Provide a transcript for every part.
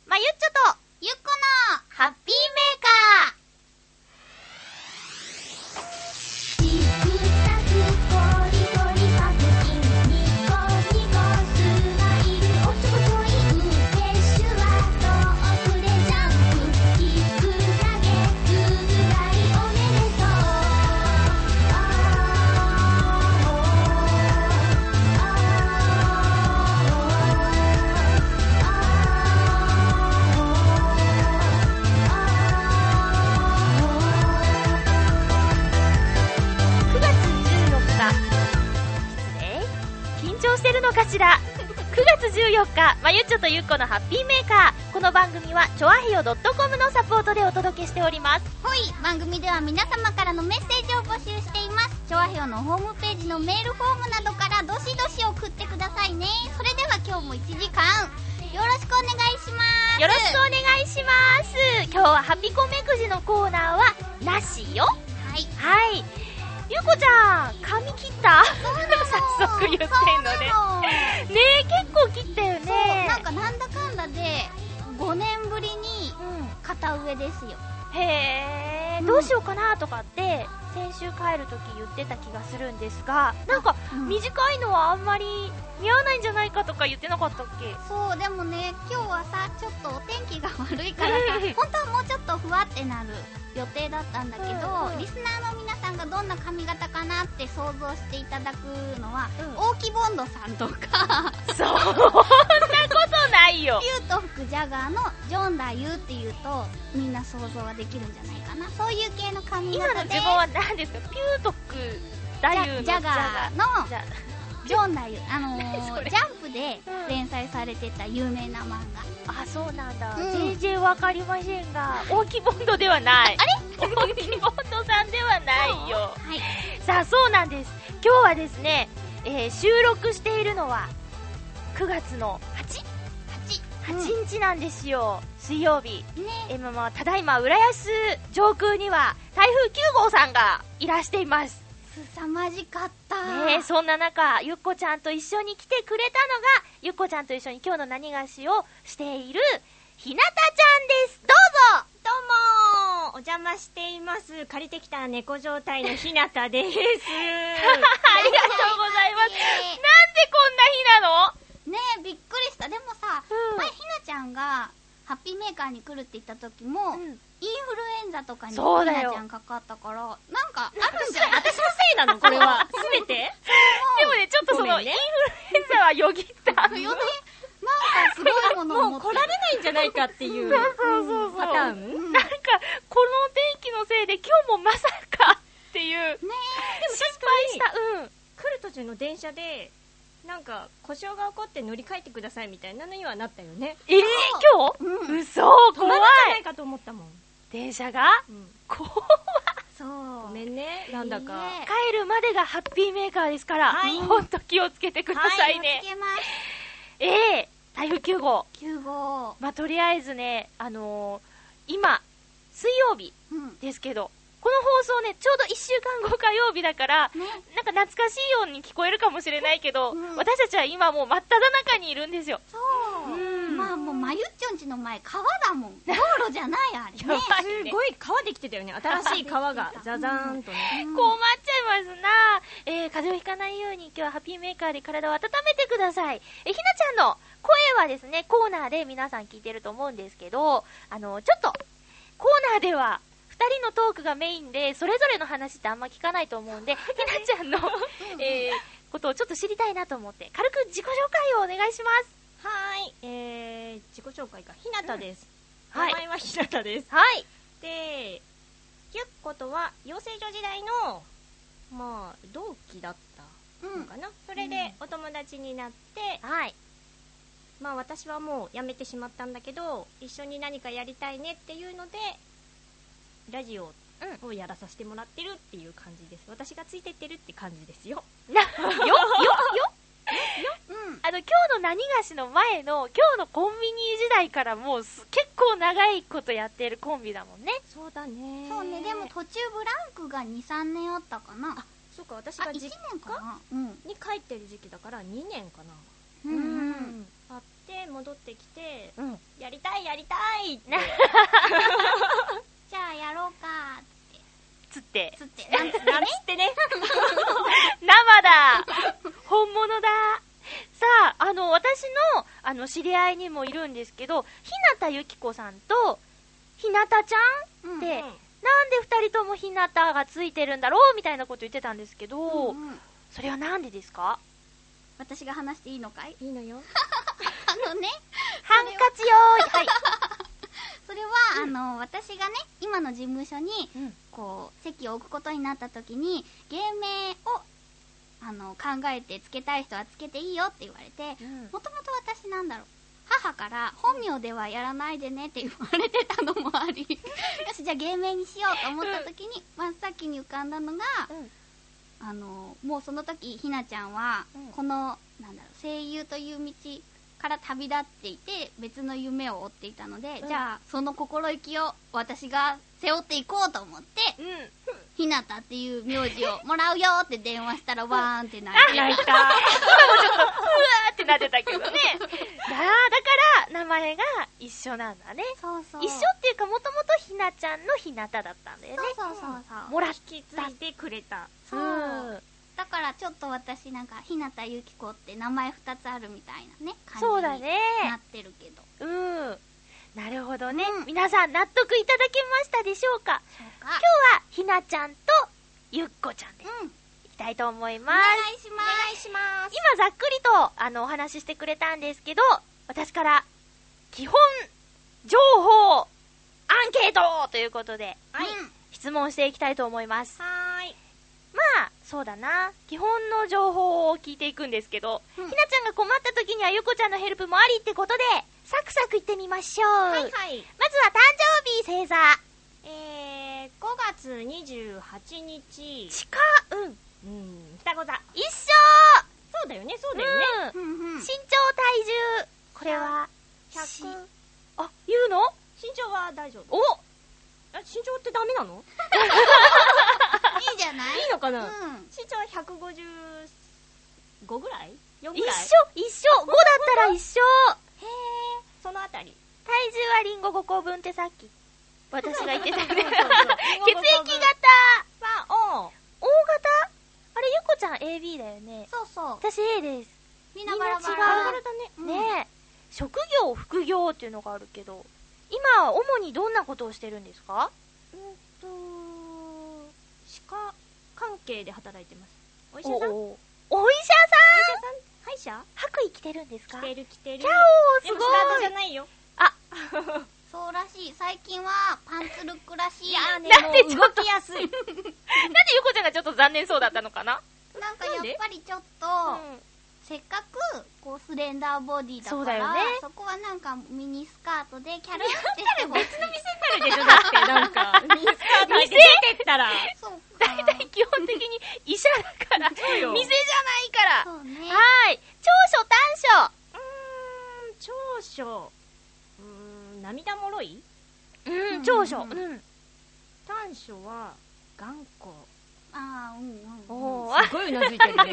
まゆっちょとゆっこのハッピーメーカー。してるのかしら。9月14日、まゆっちょとゆっこのハッピーメーカー。この番組はちょあへよ .com のサポートでお届けしております。 ほい、番組では皆様からのメッセージを募集しています。ちょあへよのホームページのメールフォームなどからどしどし送ってくださいね。それでは今日も1時間よろしくお願いします。 よろしくお願いします。今日はハピコメくじのコーナーはなしよ。はい。はい。ゆうこちゃん、髪切った？早速言ってんのね。ねえ、結構切ったよね。 そう、なんだかんだで5年ぶりに片上ですよ。 へー、どうしようかなとかって先週帰るとき言ってた気がするんですが、短いのはあんまり似合わないんじゃないかとか言ってなかったっけ？ そう、でもね、今日はさ、ちょっとお天気が悪いからさ本当はもうちょっとふわってなる予定だったんだけど、リスナーの皆さんがどんな髪型かなって想像していただくのは、大木ボンドさんとかそんなことないよ。 ピュート吹くジャガーのジョンダユっていうとみんな想像ができるんじゃないかな。そういう系の髪型で。 今の自分は何ですか？ピュート吹くダユのジャガーのジョンダユ、ジャンプで連載されてた有名な漫画。 あ、そうなんだ。JJ わかりませんが、大木ボンドではない。あれ？大木ボンドさんではないよ。はい。さあ、そうなんです。今日はですね、収録しているのは9月の8日なんですよ。水曜日。ね。ただいま浦安上空には台風9号さんがいらしています。 凄まじかった。 ねえ、そんな中、ゆっこちゃんと一緒に来てくれたのが、ゆっこちゃんと一緒に今日の何がしをしているひなたちゃんです。どうぞ。 どうもお邪魔しています。借りてきた猫状態のひなたです。ありがとうございます。なんでこんな日なの？ ねえ、びっくりした。でもさ、前ひなちゃんがハッピーメーカーに来るって言った時も、インフルエンザとかにひなちゃんかかったから、なんかあるんじゃない？ 私のせいなのこれは。すべて？ でもね、ちょっとその、インフルエンザはよぎった。 なんかすごいものを持ってもう来られないんじゃないかっていうパターン？ なんか、この天気のせいで今日もまさかっていう。ねえ、でも心配した。来る途中の電車で、なんか故障が起こって乗り換えてくださいみたいなのにはなったよね。 今日？嘘、 止まるんじゃないかと思ったもん。 電車が？怖っ。 そう。 ごめんね、なんだか。 帰るまでがハッピーメーカーですから、ほんと気をつけてくださいね。 気をつけます。 台風9号。とりあえずね、今、水曜日ですけど、この放送ね、ちょうど1週間後火曜日だから、なんか懐かしいように聞こえるかもしれないけど、私たちは今もう真っ只中にいるんですよ。 そう。まあもうまゆっちょんちの前川だもん。道路じゃないあれね。 すごい川できてたよね。新しい川がザザーンとね。 困っちゃいますな。風邪をひかないように今日はハッピーメーカーで体を温めてください。ひなちゃんの声はですね、コーナーで皆さん聞いてると思うんですけど、ちょっとコーナーでは2人のトークがメインでそれぞれの話ってあんま聞かないと思うんで、ひなちゃんの、ことをちょっと知りたいなと思って軽く自己紹介をお願いします。 はい、自己紹介か。ひなたです。名前はひなたです。 はい。 で、ゆっことは養成所時代のまあ同期だったのかな。それでお友達になって、まあ私はもう辞めてしまったんだけど、一緒に何かやりたいねっていうのでラジオをやらさせてもらってるっていう感じです。私がついてってるって感じですよ。 今日の何がしの前の今日のコンビニ時代からもう結構長いことやってるコンビだもんね。 そうだね。 そうね。でも途中ブランクが 2,3 年あったかな。 あ、そうか。私が 1年かな、 に帰ってる時期だから2年かな。あって戻ってきて、 うん、 やりたいってじゃあやろうかつってなんつってね生だ本物だ。さあ、私の、知り合いにもいるんですけど、日向ゆき子さんと、ひなたちゃんって、なんで二人ともひなたがついてるんだろうみたいなこと言ってたんですけど、それはなんでですか？ 私が話していいのかい？ いいのよ。 ハンカチよーい。はい。 それは、私がね、今の事務所に、こう、席を置くことになった時に、芸名を、考えてつけたい人はつけていいよって言われて、もともと私母から本名ではやらないでねって言われてたのもあり、よし、じゃあ芸名にしようと思った時に、真っ先に浮かんだのが、もうその時、ひなちゃんは、この、声優という道から旅立っていて、別の夢を追っていたので、じゃあ、その心意気を私が背負っていこうと思って、ひなたっていう名字をもらうよって電話したら、わーんって泣いて。 泣いた。今もちょっと、うわーってなってたけどね。だから名前が一緒なんだね。 そうそう。 一緒っていうか、もともとひなちゃんのひなただったんだよね。 そう。 もらっ引き継いでくれた。 そう。だからちょっと私ひなたゆき子って名前2つあるみたいなね、感じになってるけど。 なるほどね。皆さん納得いただけましたでしょうか？今日はひなちゃんとゆっこちゃんでいきたいと思います。 お願いします。 今ざっくりとお話ししてくれたんですけど、私から基本情報アンケートということで、質問していきたいと思います。まあ、そうだな。基本の情報を聞いていくんですけど、ひなちゃんが困った時にはゆこちゃんのヘルプもありってことで、サクサクいってみましょう。まずは誕生日星座。 5月28日。 近双子座。 一緒。 そうだよね。 身長体重。これは 100。 言うの？ 身長は大丈夫。身長ってダメなの？ いいじゃない？ いいのかな？身長は155ぐらい？ 4 ぐらい？ 一緒。5だったら一緒。 へー。そのあたり。 体重はリンゴ5個分ってさっき私が言ってたよね。血液型は O。 O 型？あれ、ゆこちゃん AB だよね。 そう。 私 A です。 みんなバラバラだね。ねえ。職業、副業っていうのがあるけど、今主にどんなことをしてるんですか？ 歯科関係で働いてます。お医者さん？ お医者さん？ 歯医者？ 白衣着てるんですか？ 着てる。 キャオー、すごい。 でもスカートじゃないよ。 そうらしい。最近はパンツルックらしい。 なんで動きやすい。なんでゆこちゃんがちょっと残念そうだったのかな？ なんかやっぱりちょっと、せっかくこうスレンダーボディだから、 そうだよね、 そこはなんかミニスカートでキャラってしてほしい。 別の店になるでしょ、だってなんかミニスカートで出てったら。 そうか。 だいたい基本的に医者だから、店じゃないから。 そうね。 はい。長所短所。 長所。涙もろい？ 長所。 短所は頑固。 すごいうなずいてるね。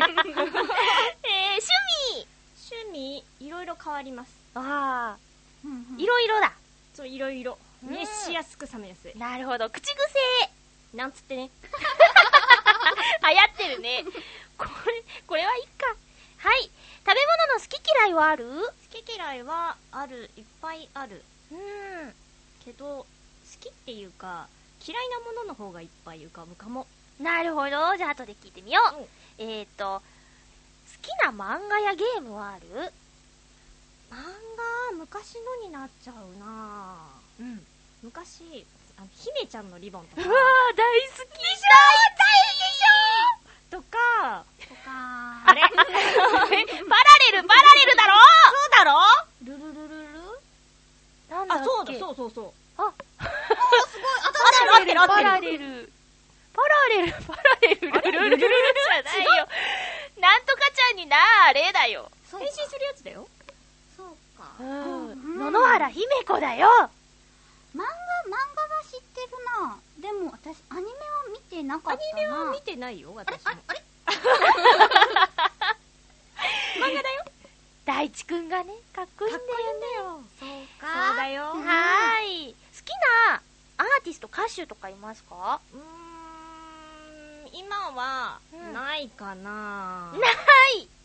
趣味いろいろ変わります。 いろいろだ。 そう、いろいろ。熱しやすく冷めやすい。 なるほど。口癖なんつってね。 流行ってるね。これはいいか。はい。食べ物の好き嫌いはある？ 好き嫌いはある。いっぱいある。けど好きっていうか嫌いなものの方がいっぱい浮かぶかも。 なるほど。じゃあ後で聞いてみよう。好きな漫画やゲームはある？ 漫画昔のになっちゃうな。昔姫ちゃんのリボンとか。 うわー、大好き。 とかあれパラレルだろ。そうだろ。 ルルルルル。 なんだっけ？ そう。 すごい。 パラレル。パラレルじゃないよ。なんとかちゃんになあれだよ。 変身するやつだよ。 そうか。 野々原姫子だよ。 漫画は知ってるな。でも私アニメは見てなかったな。 アニメは見てないよ、私も。 あれ漫画だよ。 大地くんがね、かっこいいんだよね。 そうかそうだよ。 はーい。好きなアーティスト、歌手とかいますか？ 今はないかな。 ない。はいよ。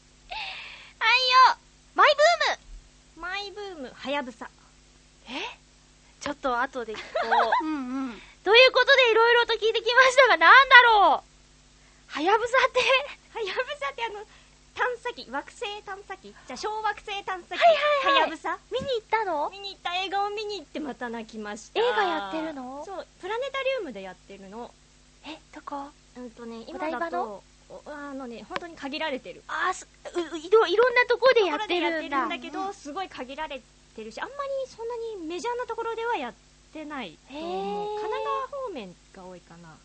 マイブーム。 はやぶさ。 ちょっと後で聞こう。 うんうん。 ということでいろいろと聞いてきましたが、なんだろう。はやぶさってはやぶさって探査機、惑星探査機、じゃあ小惑星探査機、 はいはやぶさ見に行ったの？ 見に行った。映画を見に行ってまた泣きました。 映画やってるの？ そう、プラネタリウムでやってるの。 どこ？ 今だと本当に限られてる。 いろんなとこでやってるんだ。 だけど、すごい限られてるし、あんまりそんなにメジャーなところではやってないと思う。神奈川方面が多いかな。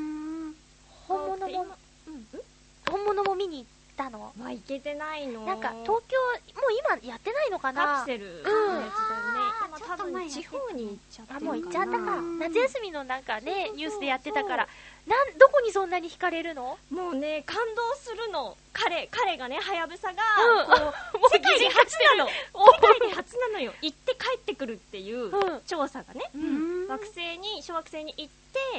本物も見に行ったの？ まあ、行けてないの。 なんか東京もう今やってないのかな？ カプセルのやつだよね。 ちょっと前地方に行っちゃってるかな。 もう行っちゃったか。夏休みのなんかね、ニュースでやってたから。どこにそんなに惹かれるの？ もうね、感動するの。彼がね、はやぶさが、 世界で初なの。 世界で初なのよ。行って帰ってくるっていう調査がね、小惑星に行って、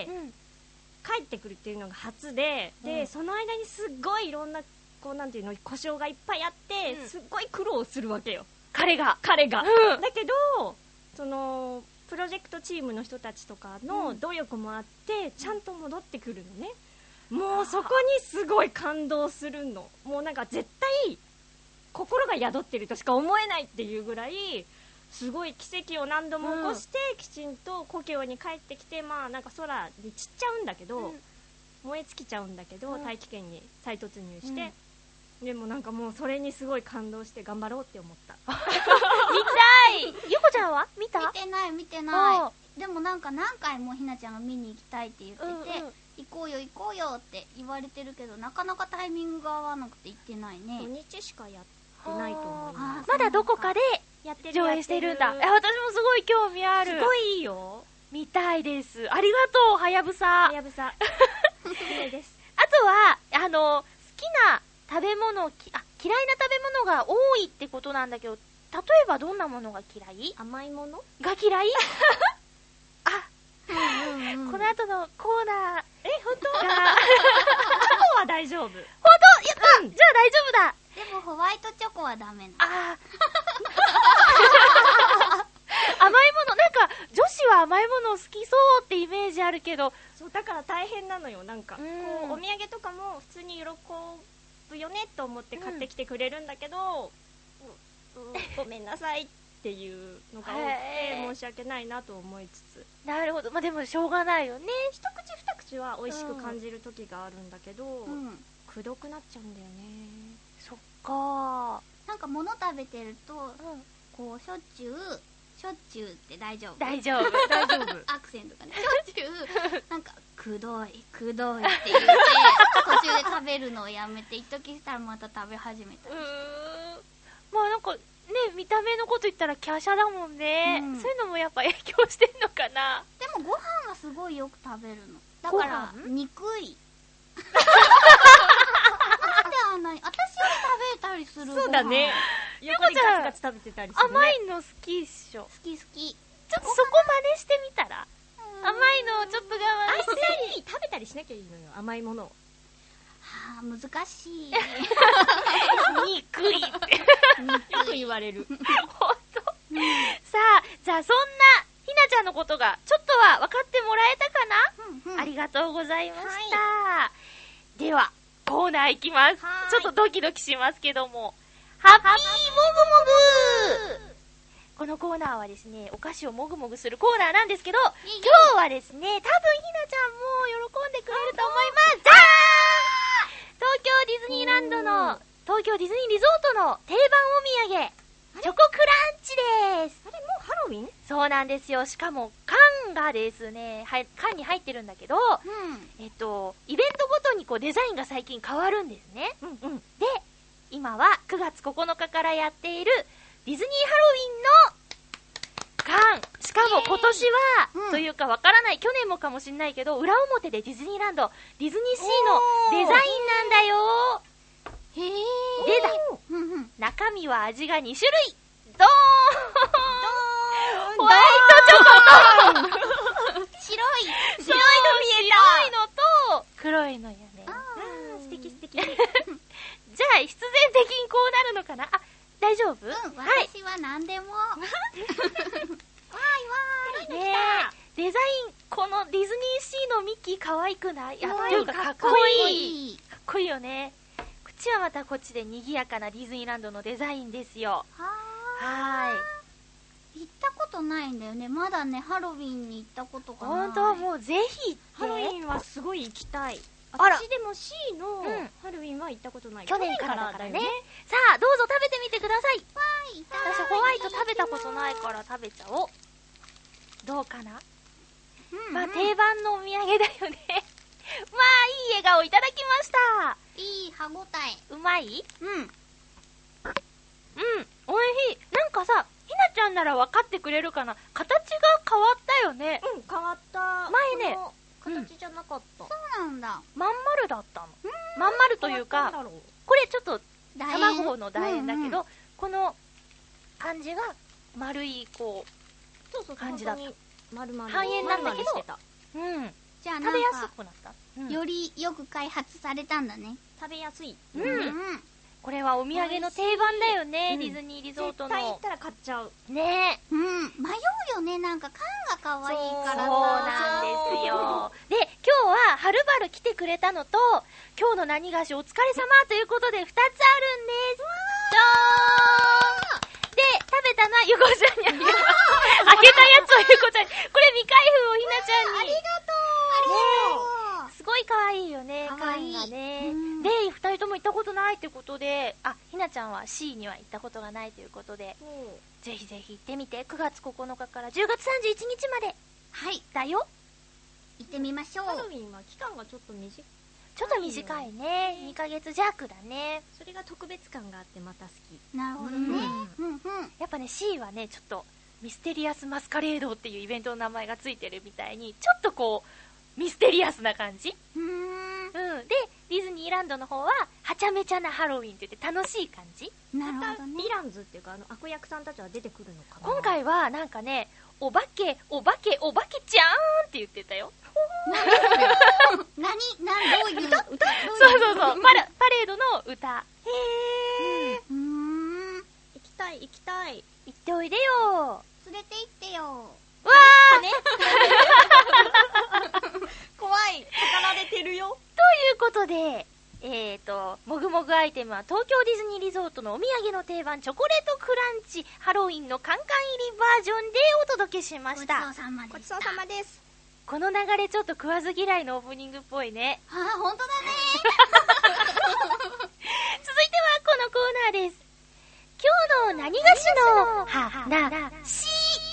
帰ってくるっていうのが初で、その間にすっごいいろんな、なんていうの、故障がいっぱいあって、すっごい苦労するわけよ。彼が。だけど、プロジェクトチームの人たちとかの努力もあって、ちゃんと戻ってくるのね。もうそこにすごい感動するの。もうなんか絶対心が宿ってるとしか思えないっていうぐらい、すごい奇跡を何度も起こして、きちんと故郷に帰ってきて、まあなんか空に散っちゃうんだけど、燃え尽きちゃうんだけど、大気圏に再突入して、でもなんかもうそれにすごい感動して頑張ろうって思った。 見たい。ゆこちゃんは見た？ 見てない。でもなんか何回もひなちゃんが見に行きたいって言ってて、行こうよって言われてるけど、なかなかタイミングが合わなくて行ってないね。 土日しかやってないと思います。 まだどこかで上映してるんだ。私もすごい興味ある。 すごいいいよ。 見たいです。ありがとう、はやぶさ。 はやぶさ。綺麗です。 あとは、好きな食べ物、嫌いな食べ物が多いってことなんだけど、例えばどんなものが嫌い？ 甘いものが嫌い？この後のコーナー。 本当？チョコは大丈夫。 本当？やった！じゃあ大丈夫だ。 でもホワイトチョコはダメなの。 甘いもの、なんか女子は甘いもの好きそうってイメージあるけど、 そうだから大変なのよ。なんかお土産とかも普通に喜ぶよねと思って買ってきてくれるんだけど、ごめんなさいっていうのが多くて申し訳ないなと思いつつ。 なるほど。まあでもしょうがないよね。 一口二口は美味しく感じる時があるんだけど、くどくなっちゃうんだよね。 そっか。 なんか物食べてると、こうしょっちゅうって大丈夫大丈夫アクセントがね、しょっちゅうなんかくどいって言って途中で食べるのをやめて、一時したらまた食べ始めたりして。 まあなんかね、見た目のこと言ったら華奢だもんね、そういうのもやっぱ影響してんのかな。 でもご飯はすごいよく食べるのだから憎いなんであんなに私より食べたりする。 そうだね。横でガツガツ食べてたりするね。 甘いの好きっしょ。 好き。ちょっとそこ真似してみたら。甘いのをちょっと我慢して。 食べたりしなきゃいいのよ、甘いものを。 難しい。 憎いって。 よく言われる。 ほんと。さあ、じゃあそんなひなちゃんのことがちょっとは分かってもらえたかな？ありがとうございました。では、コーナーいきます。ちょっとドキドキしますけども。ハッピーもぐもぐ！このコーナーはですね、お菓子をもぐもぐするコーナーなんですけど、今日はですね、多分ひなちゃんも喜んでくれると思います。じゃー！東京ディズニーランドの、東京ディズニーリゾートの定番お土産、チョコクランチです。 あれ、もうハロウィン？ そうなんですよ。しかも缶がですね、缶に入ってるんだけど、イベントごとにこうデザインが最近変わるんですね。で、今は9月9日からやっているディズニーハロウィンの缶。しかも今年は、というかわからない、去年もかもしんないけど、裏表でディズニーランド、ディズニーシーのデザインなんだよ。 へー。 でだ、中身は味が2種類。ドーンホワイトチョコと白いの見えた白いのと黒いのよね。 素敵素敵。 じゃあ必然的にこうなるのかな。あ、大丈夫？ 私は何でも。わーいわーい。 ねえ、デザイン、このディズニーシーのミッキー可愛くない？っていうかかっこいい。かっこいいよね。こっちはまたこっちで賑やかなディズニーランドのデザインですよ。はーい。 行ったことないんだよね。まだね、ハロウィンに行ったことがない。 ほんと、もうぜひ行って。 ハロウィンはすごい行きたい。 あら、 私でも C のハロウィンは行ったことない。 去年からだからね。さあ、どうぞ食べてみてください。私ホワイト食べたことないから食べちゃおう。どうかな？まあ定番のお土産だよね。まあいい笑顔いただきました。 いい歯ごたえ。 うまい？ うん。 おいしい。なんかさ、ひなちゃんなら分かってくれるかな。形が変わったよね。 変わった。 前ね、 形じゃなかった。 そうなんだ。 まん丸だったの。まん丸というか、これちょっと卵の楕円だけど、この感じが丸いこう感じだった。半円なんだけど、 じゃあ食べやすくなった。 よりよく開発されたんだね。 食べやすい。 これはお土産の定番だよね、ディズニーリゾートの。 絶対行ったら買っちゃう。 ねえ。 迷うよね、なんか缶が可愛いからさ。 そうなんですよ。で、今日ははるばる来てくれたのと、今日の何菓子お疲れ様ということで2つあるんです。で、食べたのはゆこちゃんにあげた。開けたやつをゆこちゃんに。これ未開封をひなちゃんに。 ありがとう。 すごい可愛いよね、缶がね。で、二人とも行ったことないってことで、ひなちゃんは C には行ったことがないということで、ぜひぜひ行ってみて。9月9日から10月31日まで。はい。だよ。 行ってみましょう。 ハロウィンは期間がちょっと短い。 ちょっと短いね。2ヶ月弱だね。 それが特別感があってまた好き。 なるほどね。 やっぱね、C はね、ちょっとミステリアスマスカレードっていうイベントの名前がついてるみたいに、ちょっとこう、ミステリアスな感じ。で、ディズニーランドの方は、はちゃめちゃなハロウィンって言って楽しい感じ。 なるほどね。 ヴィランズっていうか、悪役さんたちは出てくるのかな。 今回は、なんかね、お化けちゃーんって言ってたよ。 どういう歌？ そう。パレードの歌。 へー。行きたい。 行っておいでよ。 連れて行ってよ。 わーね。 怖い。語られてるよ。 ということで、もぐもぐアイテムは東京ディズニーリゾートのお土産の定番チョコレートクランチハロウィンのカンカン入りバージョンでお届けしました。 ごちそうさまでした。 ごちそうさまです。 この流れちょっと食わず嫌いのオープニングっぽいね。 ほんとだね。 続いてはこのコーナーです。今日の何菓子の話。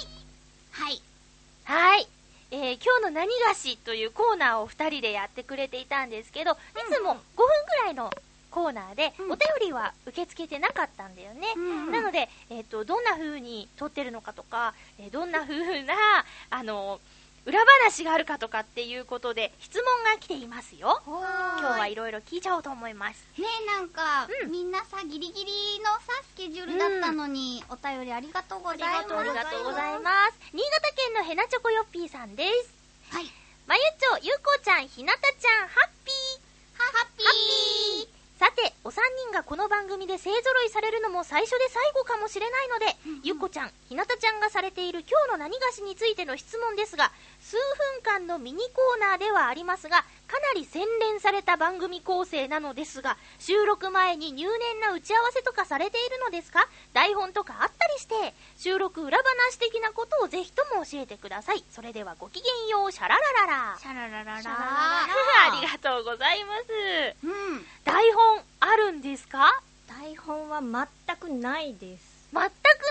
はい。今日の何菓子というコーナーを2人でやってくれていたんですけど、いつも5分ぐらいのコーナーでお便りは受け付けてなかったんだよね。なので、どんな風に撮ってるのかとか、どんな風な、裏話があるかとかっていうことで質問が来ていますよ。今日はいろいろ聞いちゃおうと思います。 ねえ、なんか、みんなさ、ギリギリのさ、スケジュールだったのに、お便りありがとうございます。 ありがとうございます。新潟県のヘナチョコヨッピーさんです。 はい。 まゆちょ、ゆうこちゃん、ひなたちゃん、ハッピー。さて、お三人がこの番組で勢揃いされるのも最初で最後かもしれないので、ゆっこちゃん、ひなたちゃんがされている今日の何菓子についての質問ですが、数分間のミニコーナーではありますが、かなり洗練された番組構成なのですが、収録前に入念な打ち合わせとかされているのですか？台本とかあったりして、収録裏話的なことをぜひとも教えてください。それではごきげんよう、シャララララ。 シャララララ。 ありがとうございます。台本あるんですか？ 台本は全くないです。 全くない。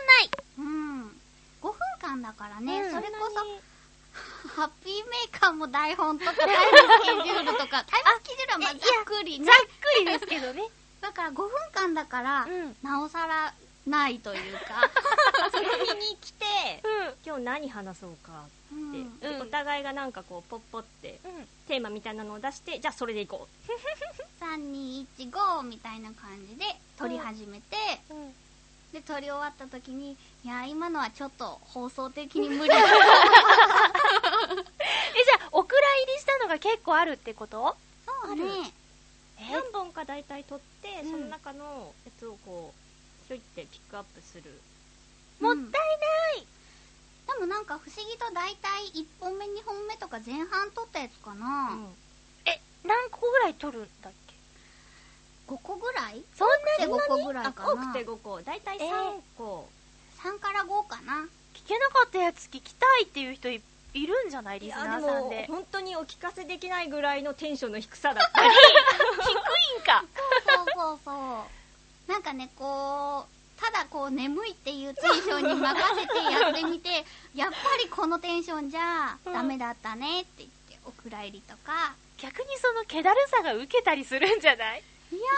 5分間だからね、それこそ、ハッピーメーカーも台本とかタイムスケジュールとか、タイムスケジュールはまあざっくりね。 ざっくりですけどね。 だから5分間だから、なおさらないというか。 見に来て、今日何話そうかって、お互いがなんかこうポッポって、テーマみたいなのを出して、じゃあそれでいこう 321GO みたいな感じで撮り始めて、で撮り終わった時に、いや今のはちょっと放送的に無理だじゃあお蔵入りしたのが結構あるってこと？ そうね。 何本か大体撮って、その中のやつをこうひょいってピックアップする。 もったいない。 でもなんか不思議と大体1本目2本目とか前半撮ったやつかな。 何個ぐらい撮るんだっけ ？5個ぐらい？ そんなに 5個ぐらいかな。 多くて5個。大体3個。 3から5かな。 聞けなかったやつ聞きたいっていう人いるんじゃない？リスナーさんで。 本当にお聞かせできないぐらいのテンションの低さだったり低いんか。 そうなんかね、こうただこう眠いっていうテンションに任せてやってみてやっぱりこのテンションじゃダメだったねって言ってお蔵入りとか。 逆にその気だるさが受けたりするんじゃない？ いや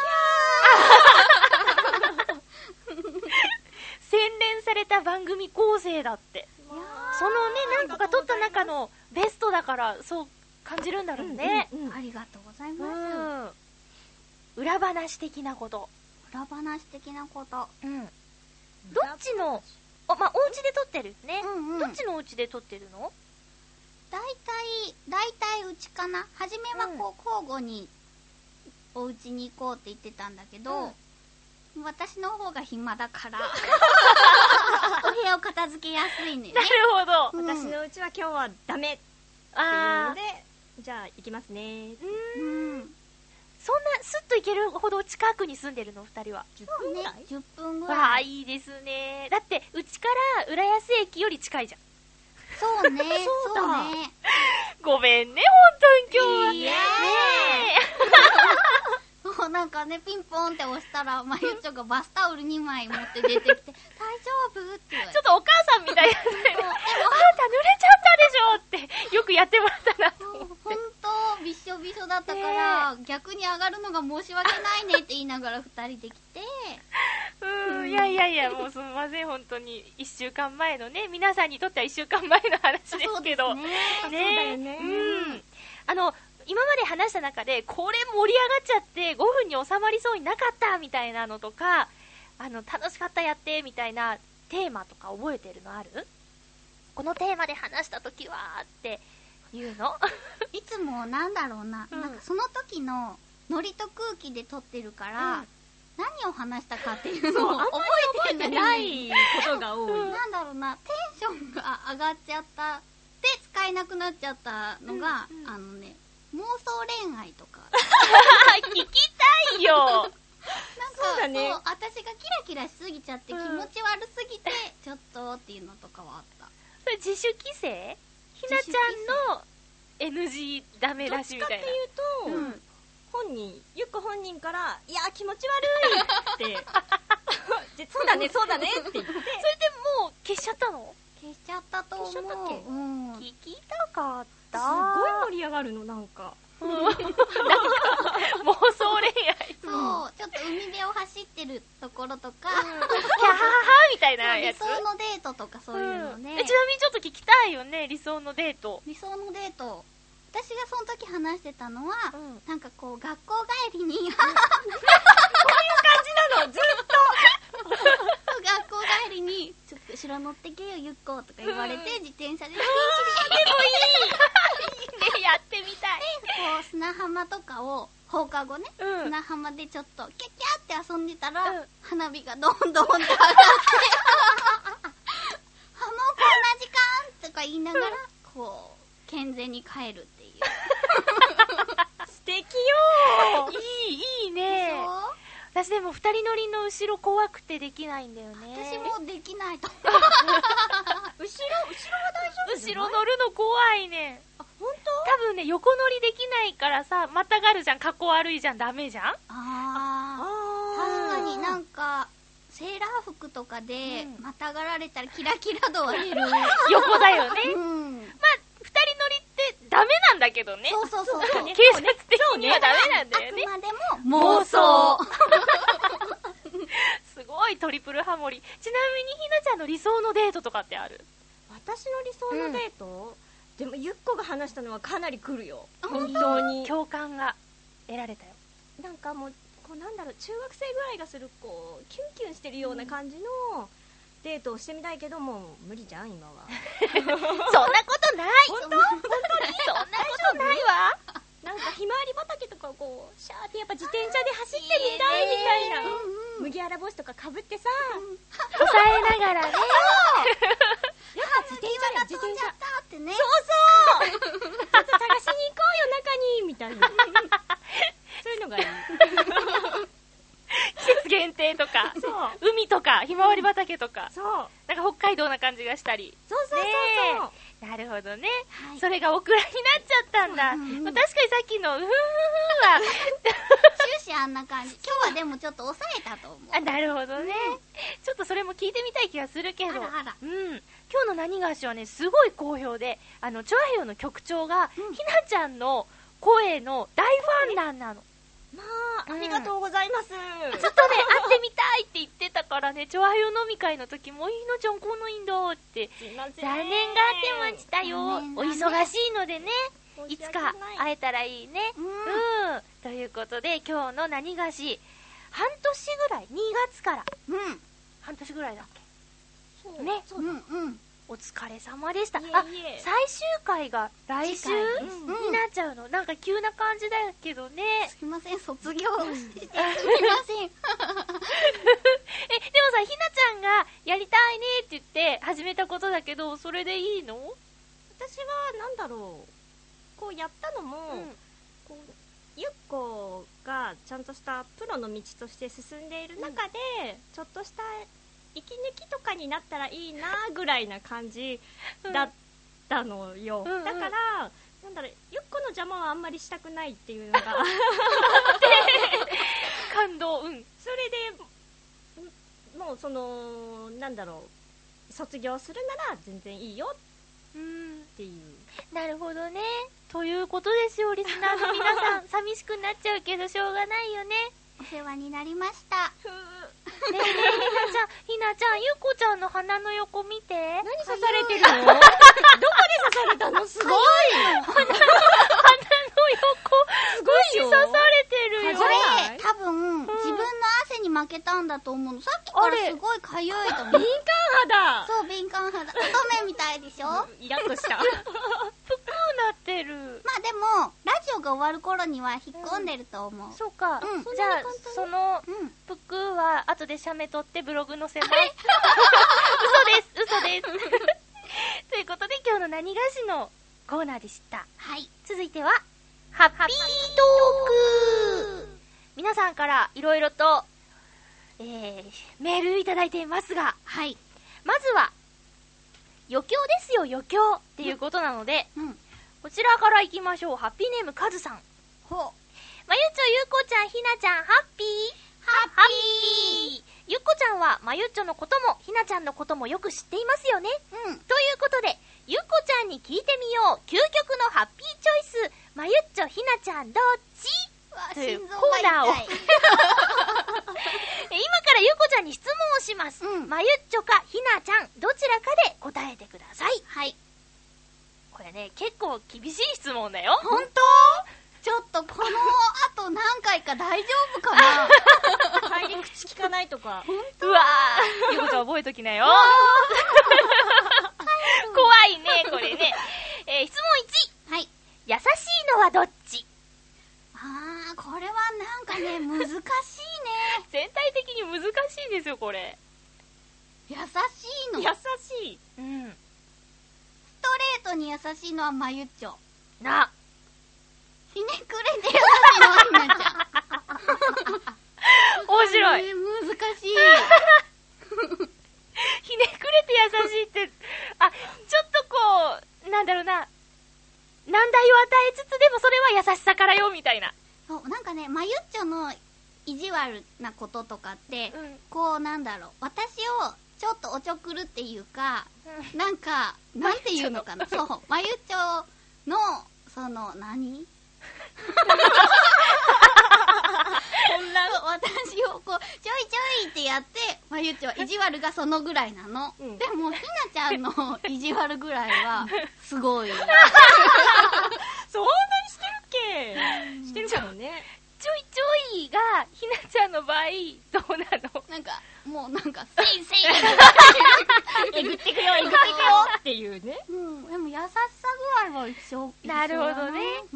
洗練された番組構成だって。そのね、何個か撮った中のベストだからそう感じるんだろうね。 ありがとうございます。 裏話的なこと。 裏話的なこと。 どっちの、お家で撮ってるね。どっちのお家で撮ってるの？ 大体うちかな。初めはこう交互にお家に行こうって言ってたんだけど、私の方が暇だからお部屋を片付けやすいね。 なるほど。 私のうちは今日はダメっていうので、じゃあ行きますね。 そんなスッと行けるほど近くに住んでるの2人は？ そうね、10分ぐらい。 わあ、いいですね。だってうちから浦安駅より近いじゃん。 そうね。そうね。 ごめんね、本当に今日は。 そうなんかね、ピンポンって押したら、まゆっちょがバスタオル2枚持って出てきて、大丈夫って言われて。 ちょっとお母さんみたいな。あんた濡れちゃったでしょってよくやってもらったなと思って。 ほんとびしょびしょだったから、逆に上がるのが申し訳ないねって言いながら2人で来て。 いや、もうすみません、本当に1週間前のね、皆さんにとっては1週間前の話ですけど。 そうだよね。今まで話した中で、これ盛り上がっちゃって5分に収まりそうになかったみたいなのとか、楽しかったやってみたいなテーマとか覚えてるのある？このテーマで話したときはっていうのいつもなんだろうな、なんかその時のノリと空気で撮ってるから、何を話したかっていうのを覚えてないことが多い。 なんだろうな、テンションが上がっちゃったで使えなくなっちゃったのが、妄想恋愛とか聞きたいよ。 なんかそう、私がキラキラしすぎちゃって気持ち悪すぎてちょっとっていうのとかはあった。 それ自主規制？ひなちゃんの NG ダメ出しみたいな。 どっちかっていうと、ゆっこ本人からいや気持ち悪いってそうだねって言って、それでもう消しちゃったの？ 消しちゃったと思う。 消しちゃったっけ？ 聞きたかった。 すごい盛り上がるの、なんか妄想恋愛。 そう、ちょっと海辺を走ってるところとか、キャハハみたいなやつ。 理想のデートとかそういうのね。 ちなみにちょっと聞きたいよね、理想のデート。 理想のデート。私がその時話してたのは、なんかこう学校帰りにこういう感じなのずっと学校帰りにちょっと後ろ乗ってけよゆっこ、とか言われて、自転車ででもいいね、やってみたい。 こう砂浜とかを放課後ね、砂浜でちょっとキャッキャって遊んでたら、花火がどんどんって上がってもうこんな時間とか言いながらこう健全に帰るっていう素敵よ。 いいね。私でも二人乗りの後ろ怖くてできないんだよね。 私もできないと後ろは大丈夫？ 後ろ乗るの怖いね。 あ、本当？ 多分ね、横乗りできないからさ、またがるじゃん、格好悪いじゃん、ダメじゃん。 確かになんかセーラー服とかでまたがられたらキラキラ度は減る横だよね。まあ二人乗りってダメなんだけどね。 そう警察的にはダメなんだよね。 あくまでも妄想すごいトリプルハモリ。ちなみにひなちゃんの理想のデートとかってある？ 私の理想のデート、でもゆっこが話したのはかなり来るよ。本当に共感が得られたよ。 なんかもうこうなんだろう、中学生ぐらいがするこうキュンキュンしてるような感じのデートをしてみたいけども無理じゃん今は。 そんなことない。 本当そんなことないわ。 なんかひまわり畑とかこうシャーってやっぱ自転車で走ってみたいみたいな、麦わら帽子とかかぶってさ、 抑えながらね。 やっぱ自転車だよ、自転車ってね。 そうそうちょっと探しに行こうよ中にみたいなそういうのがいい。 季節限定とか、海とかひまわり畑とか、なんか北海道な感じがしたり。 そうなるほどね、 はい、 それがオクラになっちゃったんだ、確かにさっきのうふふふは終始あんな感じ。今日はでもちょっと抑えたと思う。 あ、なるほどね、ちょっとそれも聞いてみたい気がするけど、 あら今日の何がしはねすごい好評で、チョアヘヨの局長が、ひなちゃんの声の大ファンなんなの。 まあ、ありがとうございます。 ずっとね、会ってみたいって言ってたからね、チョアヘヨ飲み会の時も、ひなちゃん来ないんだって、残念がってましたよ。お忙しいのでね、いつか会えたらいいね。ということで、今日の何がし、半年ぐらい、2月から、半年ぐらいだっけね、お疲れ様でした。最終回が来週になっちゃうの。なんか急な感じだけどね。 すいません、卒業してすみません。 でもさ、ひなちゃんがやりたいねって言って始めたことだけど、それでいいの？ 私はなんだろう、こうやったのも、こうゆっこがちゃんとしたプロの道として進んでいる中で、ちょっとした息抜きとかになったらいいなぐらいな感じだったのよ、だからなんだろう、ゆっこの邪魔はあんまりしたくないっていうのが感動。 それでもうそのなんだろう、卒業するなら全然いいよっていう。 なるほどね、ということですよ、リスナーの皆さん。寂しくなっちゃうけどしょうがないよね。 お世話になりました。 ねえ、ひなちゃん、ゆっこちゃんの鼻の横見て。 何刺されてるの？どこで刺されたの？すごい鼻の横、すごいよ。刺されてるよ。 これ、多分、自分の汗に負けたんだと思うの。さっきからすごいかゆいと思う。 敏感肌。 そう、敏感肌。乙女みたいでしょ？ イラッとした。 ぷくなってる。 まあでも、ラジオが終わる頃には引っ込んでると思う。 そうか。じゃあ、その、ぷくは、後で写メ撮ってブログ載せます。嘘です。ということで、今日の何がしのコーナーでした。 はい。 続いては、ハッピートーク。皆さんからいろいろと、メールいただいていますが、 はい。 まずは、余興ですよ、余興っていうことなので、こちらから行きましょう。ハッピーネームカズさん。まゆっちょ、ゆうこちゃん、ひなちゃん、ハッピーゆっこちゃんはまゆっちょのこともひなちゃんのこともよく知っていますよね。ということで、ゆっこちゃんに聞いてみよう。究極のハッピーチョイス。まゆっちょ、ひなちゃん、どっち？というコーナーを今からゆっこちゃんに質問をします。まゆっちょかひなちゃん、どちらかで答えてください。 はい。 これね、結構厳しい質問だよ。 本当？ちょっとこの後何回か大丈夫かな？ 入り口聞かないとか。 うわー、ゆうこちゃん覚えときなよ。怖いね、これね。質問1。 はい。 優しいのはどっち？ これはなんかね、難しいね。 全体的に難しいですよ、これ。 優しいの？ 優しい。 ストレートに優しいのはまゆっちょ。ひねくれて優しいのはひなちゃん。 面白い。 難しい。 ひねくれて優しいって、ちょっとこう、なんだろうな、難題を与えつつでもそれは優しさからよ、みたいな。 そう、なんかね、まゆっちょの意地悪なこととかって、こうなんだろう、私をちょっとおちょくるっていうか、なんか、なんていうのかな。そう、まゆっちょの、その、何混乱。 私をこう、ちょいちょいってやって、まゆっちは意地悪がそのぐらいなの。 うん、 でも、ひなちゃんの意地悪ぐらいは、すごい。 そんなにしてるっけ？してるかもね。 ちょいちょいが、ひなちゃんの場合、どうなの？ なんか、もうなんか、せいせいえぐってくよ、えぐってくよっていうね。 うん、でも優しさ具合は一緒。 なるほどね。 うん、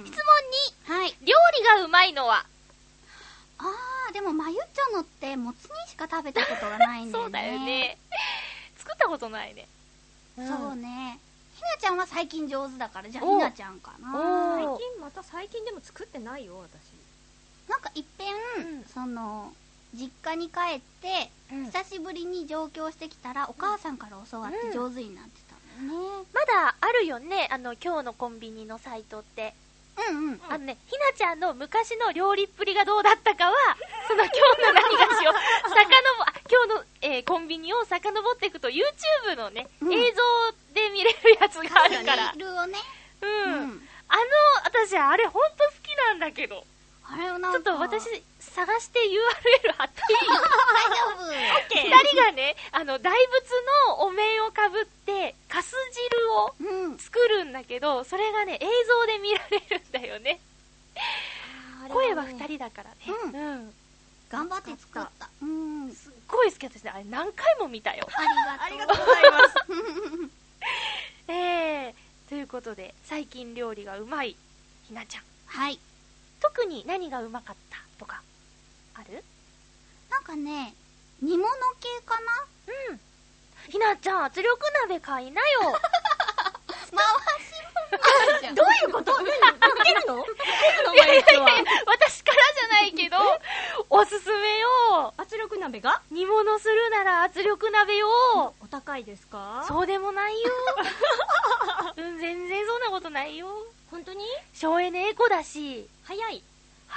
質問2。 はい。 料理がうまいのは？ でも、まゆっちょのって、もつ煮しか食べたことがないんだよね。 そうだよね。作ったことないね。 そうね。ひなちゃんは最近上手だから、じゃあひなちゃんかな。 最近でも作ってないよ、私。 なんかいっぺん、その、実家に帰って、久しぶりに上京してきたら、お母さんから教わって上手になってたんだよね。 まだあるよね、今日のコンビニのサイトって。ひなちゃんの昔の料理っぷりがどうだったかは、その今日の何がしを今日の、コンビニを遡っていくと YouTube のね、映像で見れるやつがあるから。 リールをね。 私あれほんと好きなんだけど。 あれをなんかちょっと私探して URL 貼っていい？ 大丈夫。 二人がね、大仏のお面をかぶって、かす汁を作るんだけど、それがね、映像で見られるんだよね。声は二人だからね。 頑張って作った。 すっごい好きだったし、あれ何回も見たよ。 ありがとうございます。 ということで、最近料理がうまいひなちゃん。 はい。 特に何がうまかったとかある？ なんかね、煮物系かな？ ひなちゃん、圧力鍋買いなよ。 回しもどういうこと？言ってるの？ 私からじゃないけど、おすすめよ。 圧力鍋が？ 煮物するなら圧力鍋よ。 お高いですか？ そうでもないよ。全然そんなことないよ。 本当に？ 省エネエコだし。 早い。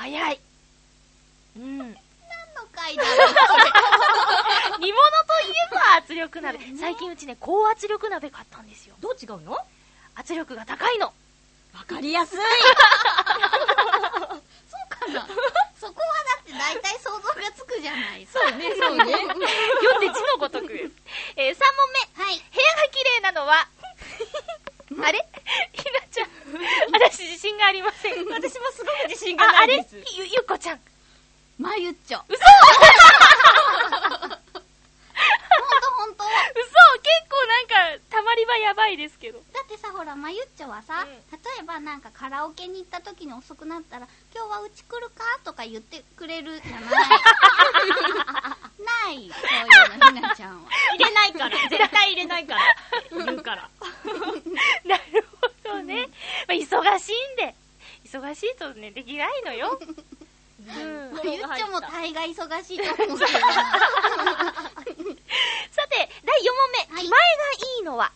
何の回だろう。 煮物といえば圧力鍋。最近うちね、高圧力鍋買ったんですよ。 どう違うの？ 圧力が高いの。 わかりやすい。 そうかな。そこはだって大体想像がつくじゃない。 そうね。読んで字のごとくです。3問目。部屋が綺麗なのはあれ？ひなちゃん。私自信がありません。 私もすごく自信がないです。 ゆっこちゃん。 まゆっちょ。 嘘ほんと。 嘘、結構なんか、たまり場やばいですけど。 だってさ、ほら、まゆっちょはさ、例えばなんかカラオケに行った時に遅くなったら、今日はうち来るかとか言ってくれるじゃない。ない、そういうの、ひなちゃんは。 入れないから。絶対入れないから。言うから。 なるほどね。まあ、忙しいんで。忙しいとね、できないのよ。 まゆっちょも大概忙しいと思うけどな。 さて、第4問目。気前がいいのは？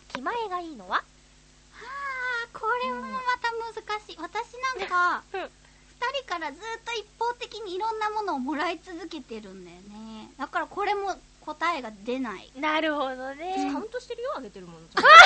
これもまた難しい。私なんか、2人からずっと一方的にいろんなものをもらい続けてるんだよね。だからこれも答えが出ない。 なるほどね。 私カウントしてるよ、あげてるもの。 怖い。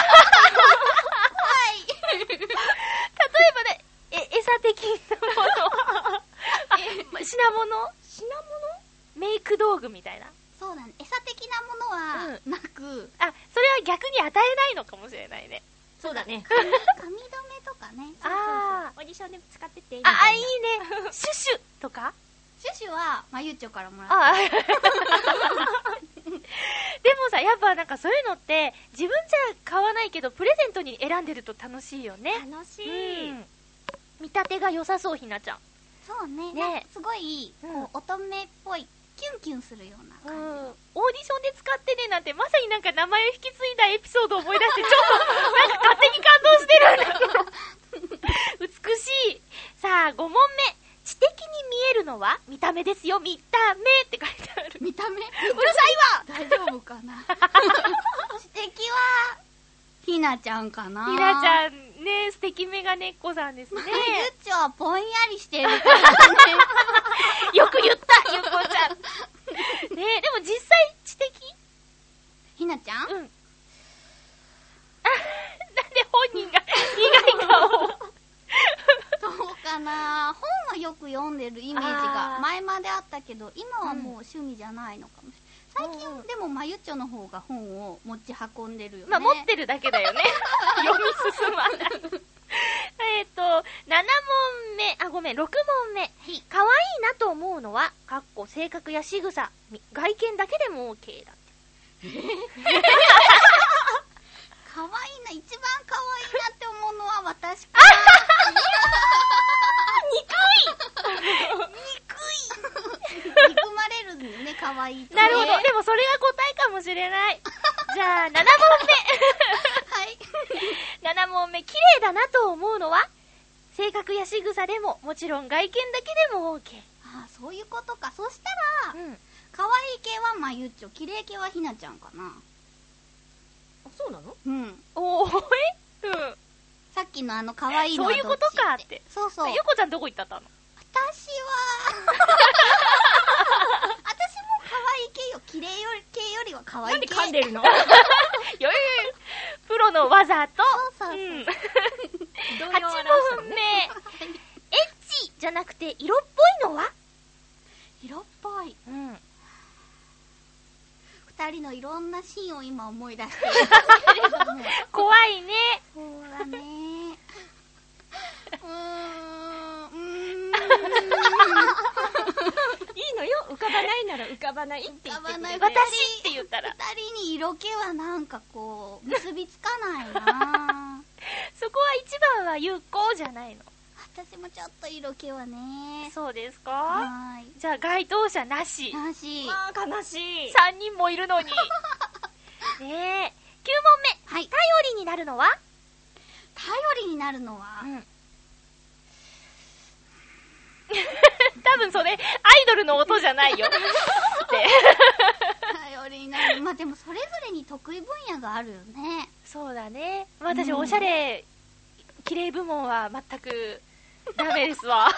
例えばね、餌的なもの。品物？メイク道具みたいな。 そうだね。餌的なものはなく、 それは逆に与えないのかもしれないね。 そうだね。 髪留めとかね。 オーディションで使ってっていいみたいな。 いいね。シュシュとか？ シュシュはまゆっちょからもらった。 でもさ、やっぱなんかそういうのって自分じゃ買わないけどプレゼントに選んでると楽しいよね。 楽しい。 見立てが良さそう、ひなちゃん。 そうね。すごいこう乙女っぽいキュンキュンするような感じ。 オーディションで使ってねなんてまさになんか名前を引き継いだエピソードを思い出してちょっとなんか勝手に感動してるんだけど美しい。さあ5問目。知的に見えるのは見た目ですよ。見た目って書いてある。 見た目？うるさいわ。 大丈夫かな。知的はひなちゃんかな。 ひなちゃんね、素敵メガネっ子さんですね。 ゆっちょはぼんやりしてるからね。 よく言った、ゆっこちゃん。ね、でも実際知的？ ひなちゃん？ なんで本人が苦い顔を。 どうかな。本は読よく読んでるイメージが前まであったけど、今はもう趣味じゃないのかもしれない。最近でもまゆっちょの方が本を持ち運んでるよね。 まあ持ってるだけだよね。読み進まない。7問目、6問目。可愛いなと思うのは、性格や仕草、外見だけでも OK だって。 可愛いな、一番可愛いなって思うのは私かな。憎まれるんだよね、可愛いとね。 なるほど。でもそれが答えかもしれない。じゃあ、7問目。はい。7問目。綺麗だなと思うのは、性格や仕草でも、もちろん外見だけでも OK。 ああ、そういうことか。そしたら、可愛い系はまゆっちょ、綺麗系はひなちゃんかな。 あ、そうなの？ うん。 おー、 さっきの可愛いのはどっちって。 そういうことかって。 そうそう。 ゆこちゃんどこ行ったの？ 私は、私も可愛い系よ。綺麗系よりは可愛い系。 なんで噛んでるの？ プロの技と、 そう。 8問目。エッチじゃなくて色っぽいのは？ 色っぽい。二人のいろんなシーンを今思い出してるけれども。 怖いね。 そうだね。 いいのよ、浮かばないなら浮かばないって言ってくれて。 私って言ったら。 二人に色気はなんかこう、結びつかないな。 そこは一番は有効じゃないの。 私もちょっと色気はね。 そうですか？ はい。 じゃあ該当者なし。 なし。 あー、悲しい。 3人もいるのに。ねえ。9問目。はい。頼りになるのは？ 頼りになるのは、 多分それ、アイドルの音じゃないよ。って。 頼りになる。まあでもそれぞれに得意分野があるよね。 そうだね。私、おしゃれ、綺麗部門は全くダメですわ。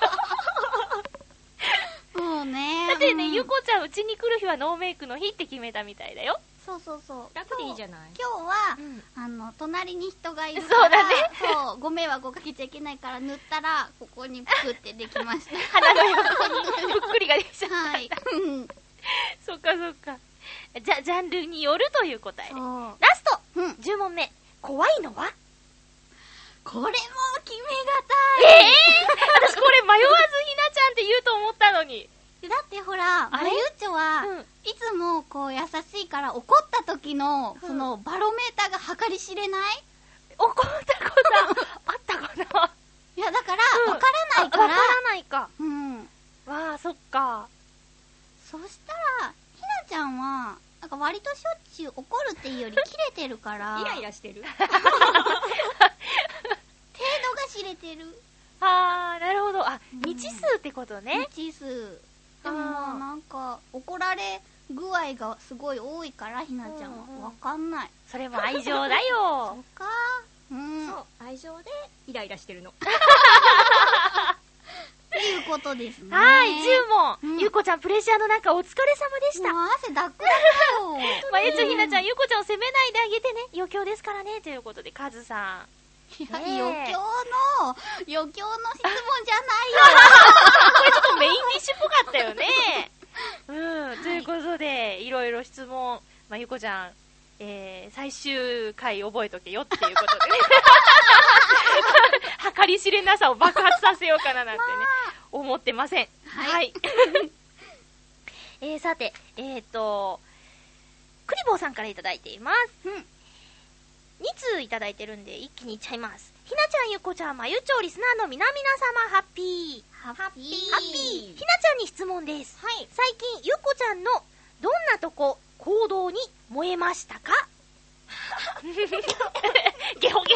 そうね。 だってね、ゆこちゃんうちに来る日はノーメイクの日って決めたみたいだよ。 そう。 楽でいいじゃない。 今日は、隣に人がいるから。そうだね。 そう、ご迷惑をかけちゃいけないから塗ったら、ここにプクってできました。 鼻の横にぷっくりができちゃった。 はい。 そっか。じゃ、ジャンルによるという答えで。ラスト、10問目。怖いのは？ これも決めがたい。 私これ迷わずひなちゃんって言うと思ったのに。 だってほら、まゆっちょは、いつもこう優しいから怒った時の、そのバロメーターが計り知れない？ 怒ったことあったかな？ いや、だから、わからないから。 わからないか。わあ、そっか。 そしたら、ひなちゃんは、なんか割としょっちゅう怒るっていうより切れてるから。 イライラしてる？ 程度が知れてる。 あー、なるほど。あ、未知数ってことね。 未知数。でもなんか、怒られ具合がすごい多いから、ひなちゃんは。わかんない。 それも愛情だよ。 そっか。 そう、愛情でイライラしてるの。 ということですね。 はい、10問。ゆうこちゃん、プレッシャーの中、お疲れ様でした。 もう汗だくだよ。 まゆちょひなちゃん、ゆうこちゃんを責めないであげてね。余興ですからね。ということで、カズさん。 余興の質問じゃないよ。 これちょっとメインディッシュっぽかったよね。ということで、いろいろ質問、ゆこちゃん、最終回覚えとけよっていうことでね。計り知れなさを爆発させようかななんてね、思ってません。はい。さて、クリボーさんからいただいています。2通いただいてるんで一気にいっちゃいます。ひなちゃん、ゆこちゃん、まゆちょ、リスナーの皆々様、ハッピー。ひなちゃんに質問です。最近、ゆこちゃんのどんなとこ、行動に燃えましたか？ゲホ。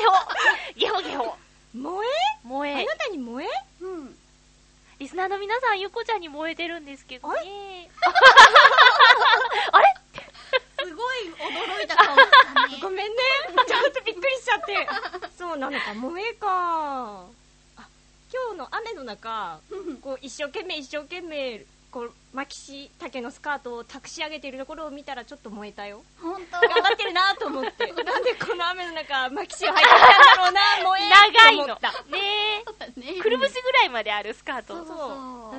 燃え。 あなたに燃え？ リスナーの皆さん、ゆこちゃんに燃えてるんですけどね。あれ？ すごい驚いた顔したね。 ごめんね。ちょっとびっくりしちゃって。そうなのか、萌えか。今日の雨の中、こう一生懸命、こう、巻きし丈のスカートをたくし上げているところを見たらちょっと燃えたよ。 ほんと？ 頑張ってるなと思って。なんでこの雨の中、巻きしを履いてきたんだろうな、燃え長いの。 と思った。 ねえ。 くるぶしぐらいまであるスカート。 そうそう。 今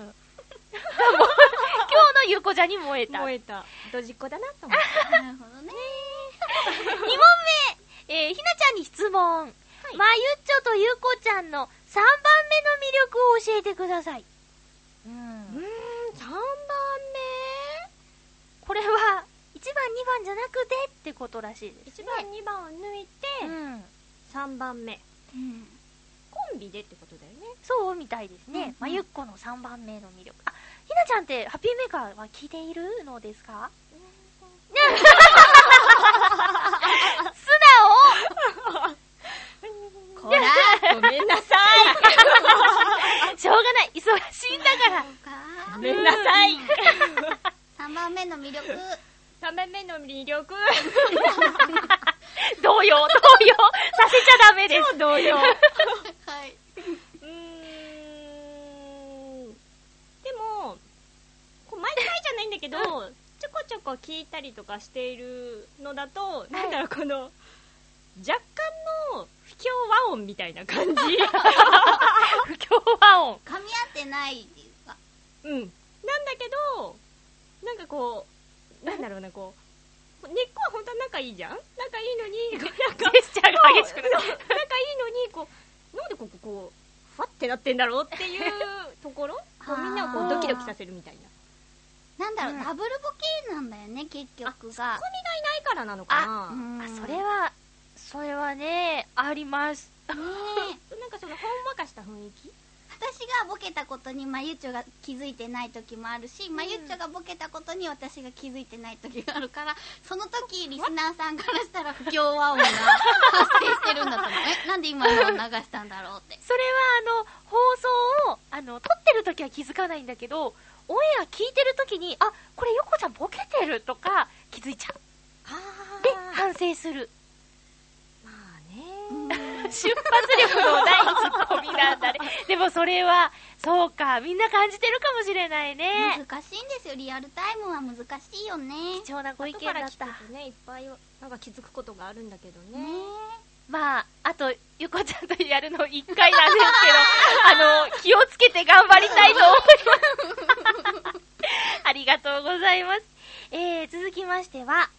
日のゆうこちゃんに燃えた。 燃えた。ドジっ子だなと思って。 なるほどね。 2問目、ひなちゃんに質問。まゆっちょとゆうこちゃんの3番目の魅力を教えてください。 3番これは1番2番じゃなくてってことらしいです目 ?1 番2番を抜いて、3番目。コンビでってことだよね。 そうみたいですね。まゆっこの3番目の魅力。あ、ひなちゃんってハッピーメーカーは聞いているのですか？素直こらごめんなさい。 しょうがない。忙しいんだから。 ごめんなさい。 3番目の魅力。 3番目の魅力。 動揺させちゃダメです。 超動揺。 はい。 でも、毎回じゃないんだけど、ちょこちょこ聞いたりとかしているのだと、なんだろう、この、若干の不協和音みたいな感じ。 不協和音。 噛み合ってないっていうか。 なんだけど、なんかこう、なんだろうな、根っこは本当は仲いいじゃん？仲いいのに、 ジェスチャーが激しくなる。 仲いいのに、なんでふわってなってんだろうっていうところみんなをドキドキさせるみたいな。 なんだろう、ダブルボケなんだよね、結局が。 ツッコミがいないからなのかな。 それはね、あります。 なんかそのほんわかした雰囲気？ 私がボケたことにまゆっちょが気づいてない時もあるし、まゆっちょがボケたことに私が気づいてない時があるから、その時リスナーさんからしたら不協和音が発生してるんだと思う。なんで今のを流したんだろうって。 それは放送を撮ってる時は気づかないんだけど、オンエア聞いてる時に、あ、これヨコちゃんボケてるとか気づいちゃう。で反省する。瞬発力のないツッコミなんだね。でもそれはそうか、みんな感じてるかもしれないね。 難しいんですよ、リアルタイムは難しいよね。 貴重なご意見だった。 後から聞くとね、いっぱいなんか気づくことがあるんだけどね。 まああとゆこちゃんとやるの1回なんですけど、気をつけて頑張りたいと思います。ありがとうございます。続きましては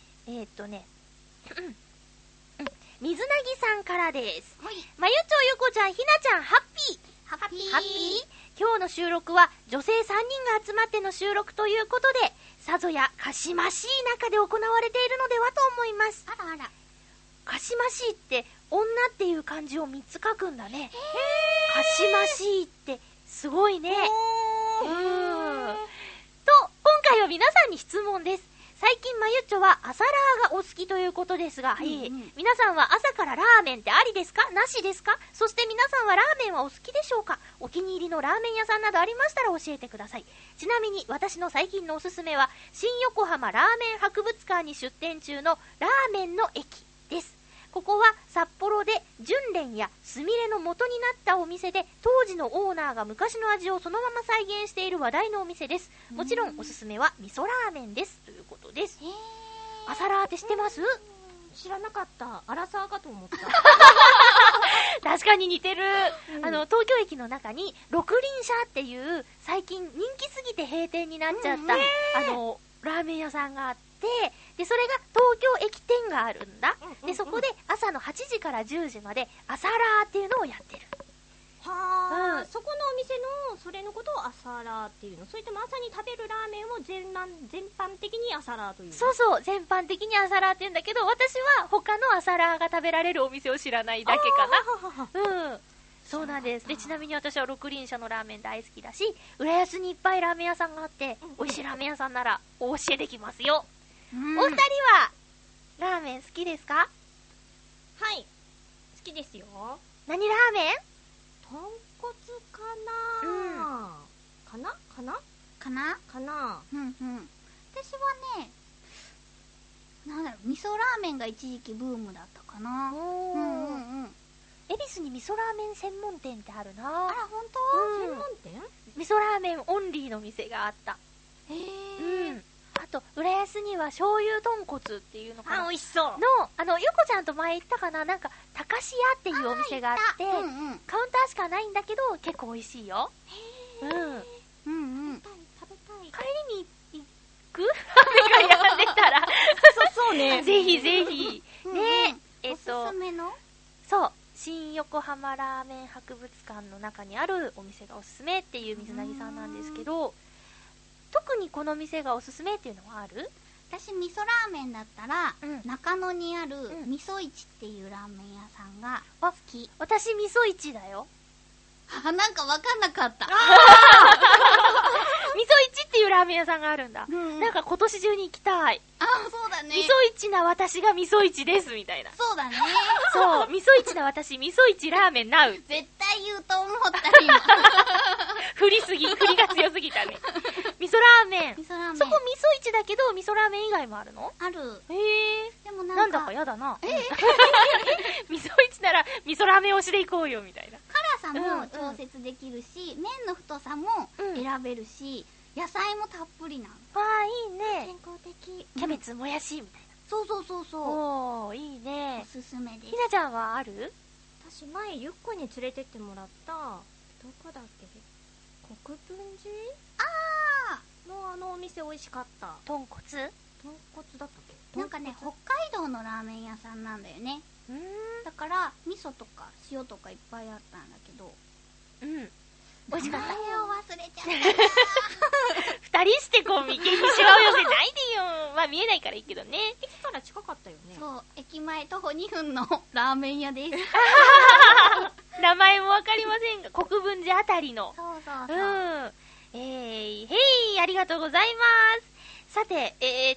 水なぎさんからです。まゆちょゆこちゃん、ひなちゃん、ハッピー。今日の収録は女性3人が集まっての収録ということで、さぞやかしましい中で行われているのではと思います。 あらあら。 かしましいって女っていう漢字を3つ書くんだね。かしましいってすごいね。と、今回は皆さんに質問です。最近まゆっちょは朝ラーがお好きということですが、皆さんは朝からラーメンってありですか？なしですか？そして皆さんはラーメンはお好きでしょうか？お気に入りのラーメン屋さんなどありましたら教えてください。ちなみに私の最近のおすすめは新横浜ラーメン博物館に出店中のラーメンの駅です。ここは札幌で純連やすみれの元になったお店で、当時のオーナーが昔の味をそのまま再現している話題のお店です。もちろんおすすめは味噌ラーメンですということです。朝ラーって知ってます？ 知らなかった。アラサーかと思った。 確かに似てる。東京駅の中に六輪車っていう最近人気すぎて閉店になっちゃった、ラーメン屋さんがあって、でそれが東京駅店があるんだ。でそこで朝の8時から10時まで朝ラーっていうのをやってる。 はあ、そこのお店のそれのことを朝ラーっていうの？それとも朝に食べるラーメンを全般的に朝ラーというの？ そうそう、全般的に朝ラーって言うんだけど、私は他の朝ラーが食べられるお店を知らないだけかな。そうなんです。でちなみに私は六輪車のラーメン大好きだし、浦安にいっぱいラーメン屋さんがあって、美味しいラーメン屋さんならお教えできますよ。お二人はラーメン好きですか？ はい、好きですよ。 何ラーメン？ 豚骨かな、かな私はね、なんだろう、味噌ラーメンが一時期ブームだったかな。 恵比寿に味噌ラーメン専門店ってあるな。あら、本当？ 専門店？ 味噌ラーメンオンリーの店があった。ああと浦安には醤油豚骨っていうのかな、 美味しそうのゆこちゃんと前行ったかな、なんか高志屋っていうお店があって、カウンターしかないんだけど結構美味しいよ。 食べたい。 帰りに行く？雨が止んでたらそうね。 ぜひぜひね。 おすすめの？ そう、新横浜ラーメン博物館の中にあるお店がおすすめっていう水なぎさんなんですけど、特にこの店がおすすめっていうのはある？ 私味噌ラーメンだったら、中野にある味噌一っていうラーメン屋さんが好き。 私味噌一だよ。 なんかわかんなかった。 味噌一っていうラーメン屋さんがあるんだ。なんか今年中に行きたい。 そうだね。 味噌一な私が味噌一ですみたいな。 そうだね。 そう、味噌一な私、味噌一ラーメンなう。 絶対言うと思った今。 振りが強すぎたね。味噌ラーメン。そこ味噌一だけど、味噌ラーメン以外もあるの？ ある。 でもなんだかやだな。味噌一なら味噌ラーメン推しで行こうよみたいな。 辛さも調節できるし、麺の太さも選べるし、野菜もたっぷりなの。 いいね。 健康的。 キャベツ、もやしみたいな。 そう。 いいね。 おすすめです。 ひなちゃんはある？ 私前ゆっこに連れてってもらったどこだっけ、国分寺のあのお店美味しかった。 豚骨だったっけ？ なんかね、北海道のラーメン屋さんなんだよね。だから味噌とか塩とかいっぱいあったんだけど、 美味しかった。 名前を忘れちゃった二人してこう眉間にシワを寄せないでよ。まあ見えないからいいけどね。 駅から近かったよね。 そう、駅前徒歩2分のラーメン屋です。 名前もわかりませんが、国分寺あたりの。 そう。 ありがとうございます。さて、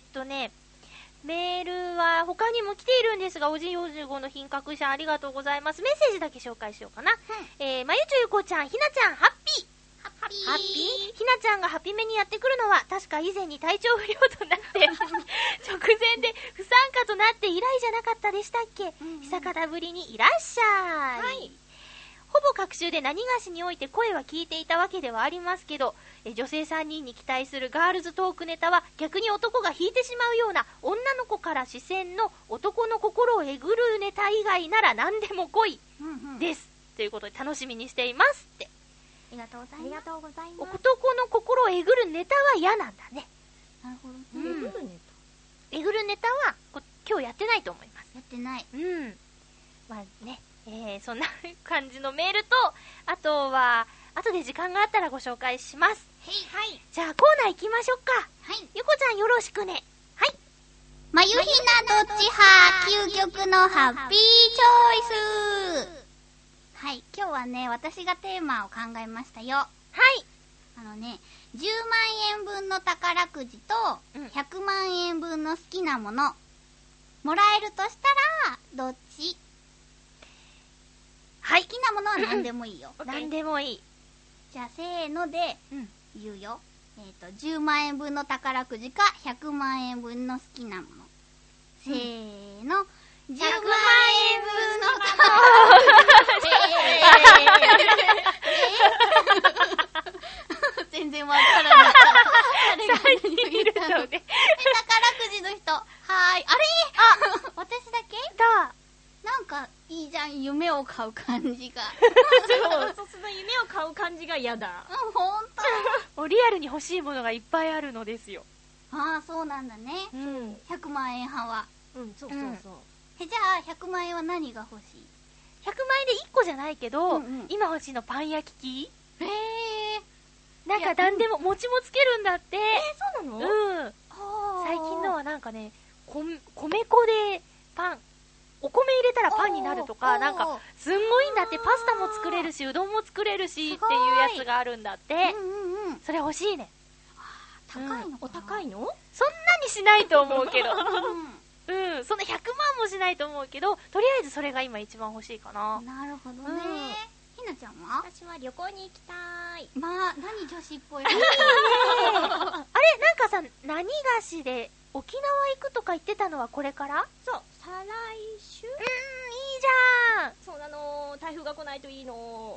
メールは他にも来ているんですが、おじ45の品格者ありがとうございます。メッセージだけ紹介しようかな。まゆちょゆこちゃん、ひなちゃん、ハッピーひなちゃんがハピメにやってくるのは、確か以前に体調不良となって、直前で不参加となって以来じゃなかったでしたっけ？久方ぶりにいらっしゃい。ほぼ各週で何がしにおいて声は聞いていたわけではありますけど、女性3人に期待するガールズトークネタは逆に男が引いてしまうような女の子から視線の男の心をえぐるネタ以外なら何でも来いです、ということで楽しみにしていますって。 ありがとうございます。 男の心をえぐるネタは嫌なんだね。 なるほどね。 えぐるネタは今日やってないと思います。 やってない。 まあね、そんな感じのメールと、あとは後で時間があったらご紹介します。じゃあコーナー行きましょうか。ゆこちゃんよろしくね。 まゆひなどっち派究極のハッピーチョイス。今日はね、私がテーマを考えましたよ。10万円分の宝くじと100万円分の好きなものもらえるとしたらどっち？好きなものは何でもいいよ。 何でもいい。 じゃあせーので言うよ。10万円分の宝くじか100万円分の好きなもの。せーの。10万円分の宝くじ。全然わからなかった。 3人いるので。 宝くじの人。はーい。私だけだ。 なんかいいじゃん、夢を買う感じが。 その夢を買う感じが嫌だ。 ほんと。 リアルに欲しいものがいっぱいあるのですよ。 そうなんだね。100万円派は。 そう。 じゃあ100万円は何が欲しい ？100万円で1個じゃないけど、今欲しいのパン焼き器。なんか何でも餅もつけるんだって。 そうなの？ 最近のはなんかね、米粉でパン、お米入れたらパンになるとか、なんかすんごいんだって。パスタも作れるし、うどんも作れるしっていうやつがあるんだって。それ欲しいね。 高いの？ お高いの？ そんなにしないと思うけど。そんな100万もしないと思うけど、とりあえずそれが今一番欲しいかな。 なるほどね。ひなちゃんは？ 私は旅行に行きたい。 何女子っぽい。 あれなんかさ、何がしで沖縄行くとか言ってたのはこれから？ そう、再来週？ いいじゃん。 そうなの、台風が来ないといいの。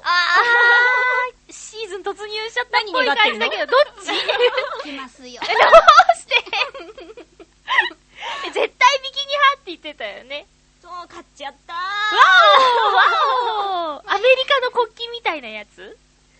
シーズン突入しちゃったっぽい感じだけど、どっち？ 来ますよ。 どうして言ってたよね。 そう、買っちゃった。 わおアメリカの国旗みたいなやつ？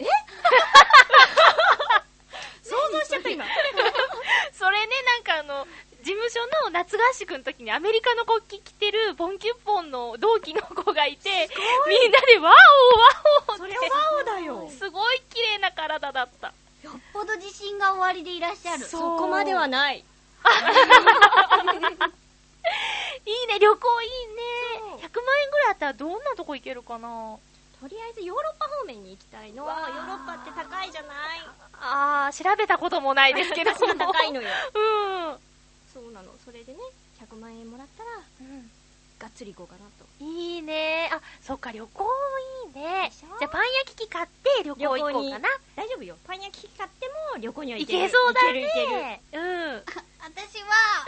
想像しちゃった今。 それね、なんか事務所の夏合宿の時にアメリカの国旗着てるボンキュッポンの同期の子がいて、みんなでワオワオって。 それはワオだよ。 すごい綺麗な体だった。 よっぽど自信がおありでいらっしゃる。 そこまではない。いいね、旅行いいね。100万円ぐらいあったらどんなとこ行けるかな。 とりあえずヨーロッパ方面に行きたいの。ヨーロッパって高いじゃない。 調べたこともないですけど。 私が高いのよ。 うん。 そうなの。それでね、100万円もらったら、がっつり行こうかなと。 いいね。そっか、旅行いいね。じゃあパン焼き器買って旅行行こうかな。 大丈夫よ。パン焼き器買っても旅行には行ける。 行けそうだね。 いける。 私は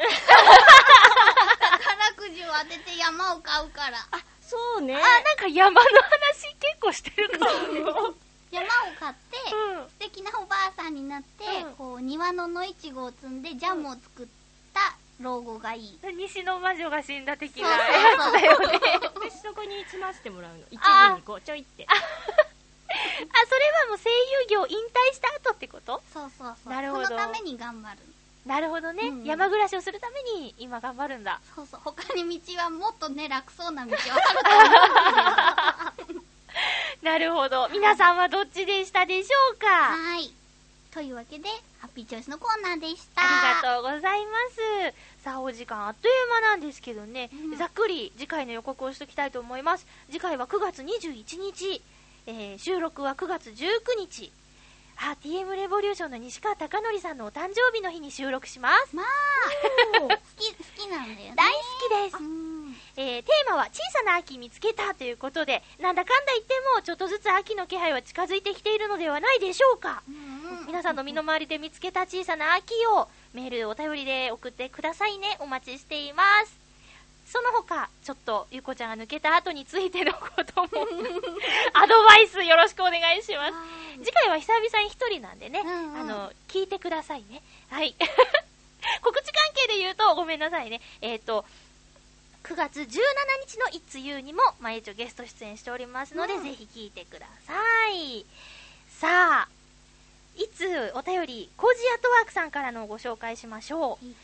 宝くじを当てて山を買うから。 そうね。 なんか山の話結構してるかも。 山を買って、素敵なおばあさんになって、こう庭の野いちごを摘んでジャムを作った老後がいい。 西の魔女が死んだ的なやつだよね。 私そこに積ませてもらうの。一部にこうちょいって。 それはもう声優業引退した後ってこと？ そう。 なるほど。 そのために頑張る。 なるほどね。山暮らしをするために今頑張るんだ。 そう。他に道はもっとね、楽そうな道はあると思うんですけど。 なるほど。皆さんはどっちでしたでしょうか？ はい。というわけで、ハッピーチョイスのコーナーでした。 ありがとうございます。さあ、お時間あっという間なんですけどね、ざっくり次回の予告をしておきたいと思います。次回は9月21日、収録は9月19日。TM レボリューションの西川貴教さんのお誕生日の日に収録します。 まあ、好きなんだよね。 大好きです。テーマは小さな秋見つけたということで、なんだかんだ言ってもちょっとずつ秋の気配は近づいてきているのではないでしょうか。皆さんの身の回りで見つけた小さな秋をメール、お便りで送ってくださいね。お待ちしています。その他、ちょっとゆこちゃんが抜けた後についてのこともアドバイスよろしくお願いします。次回は久々に一人なんでね、聞いてくださいね。はい。告知関係で言うと、ごめんなさいね。9月17日のいつゆにも、一応ゲスト出演しておりますので、ぜひ聞いてください。さあ、いつお便り、コージーアットワークさんからのご紹介しましょう。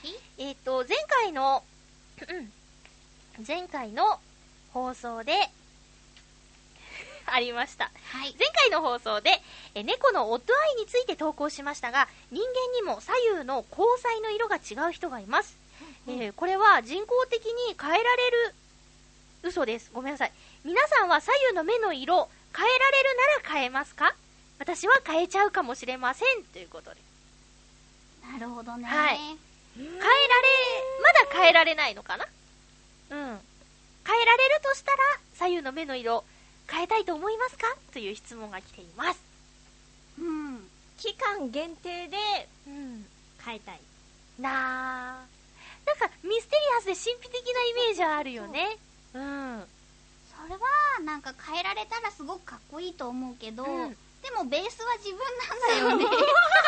前回の放送でありました、前回の放送で猫のオッドアイについて投稿しましたが、人間にも左右の虹彩の色が違う人がいます、これは人工的に変えられる嘘です。ごめんなさい。皆さんは左右の目の色変えられるなら変えますか？私は変えちゃうかもしれませんということで。 なるほどね。 はい。まだ変えられないのかな？変えられるとしたら左右の目の色変えたいと思いますか？という質問が来ています。 期間限定で変えたい。 なんかミステリアスで神秘的なイメージはあるよね。それはなんか変えられたらすごくかっこいいと思うけど、でもベースは自分なんだよね。